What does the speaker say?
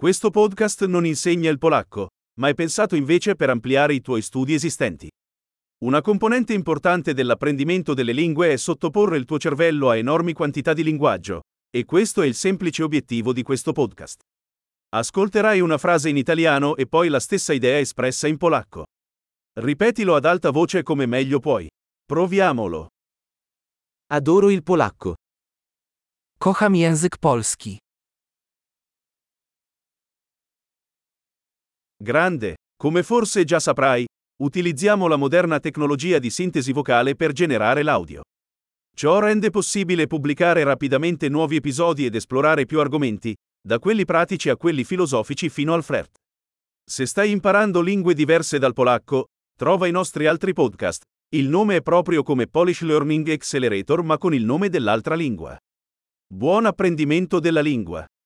Questo podcast non insegna il polacco, ma è pensato invece per ampliare i tuoi studi esistenti. Una componente importante dell'apprendimento delle lingue è sottoporre il tuo cervello a enormi quantità di linguaggio, e questo è il semplice obiettivo di questo podcast. Ascolterai una frase in italiano e poi la stessa idea espressa in polacco. Ripetilo ad alta voce come meglio puoi. Proviamolo. Adoro il polacco. Kocham język polski. Grande, come forse già saprai, utilizziamo la moderna tecnologia di sintesi vocale per generare l'audio. Ciò rende possibile pubblicare rapidamente nuovi episodi ed esplorare più argomenti, da quelli pratici a quelli filosofici fino al flirt. Se stai imparando lingue diverse dal polacco, trova i nostri altri podcast. Il nome è proprio come Polish Learning Accelerator ma con il nome dell'altra lingua. Buon apprendimento della lingua!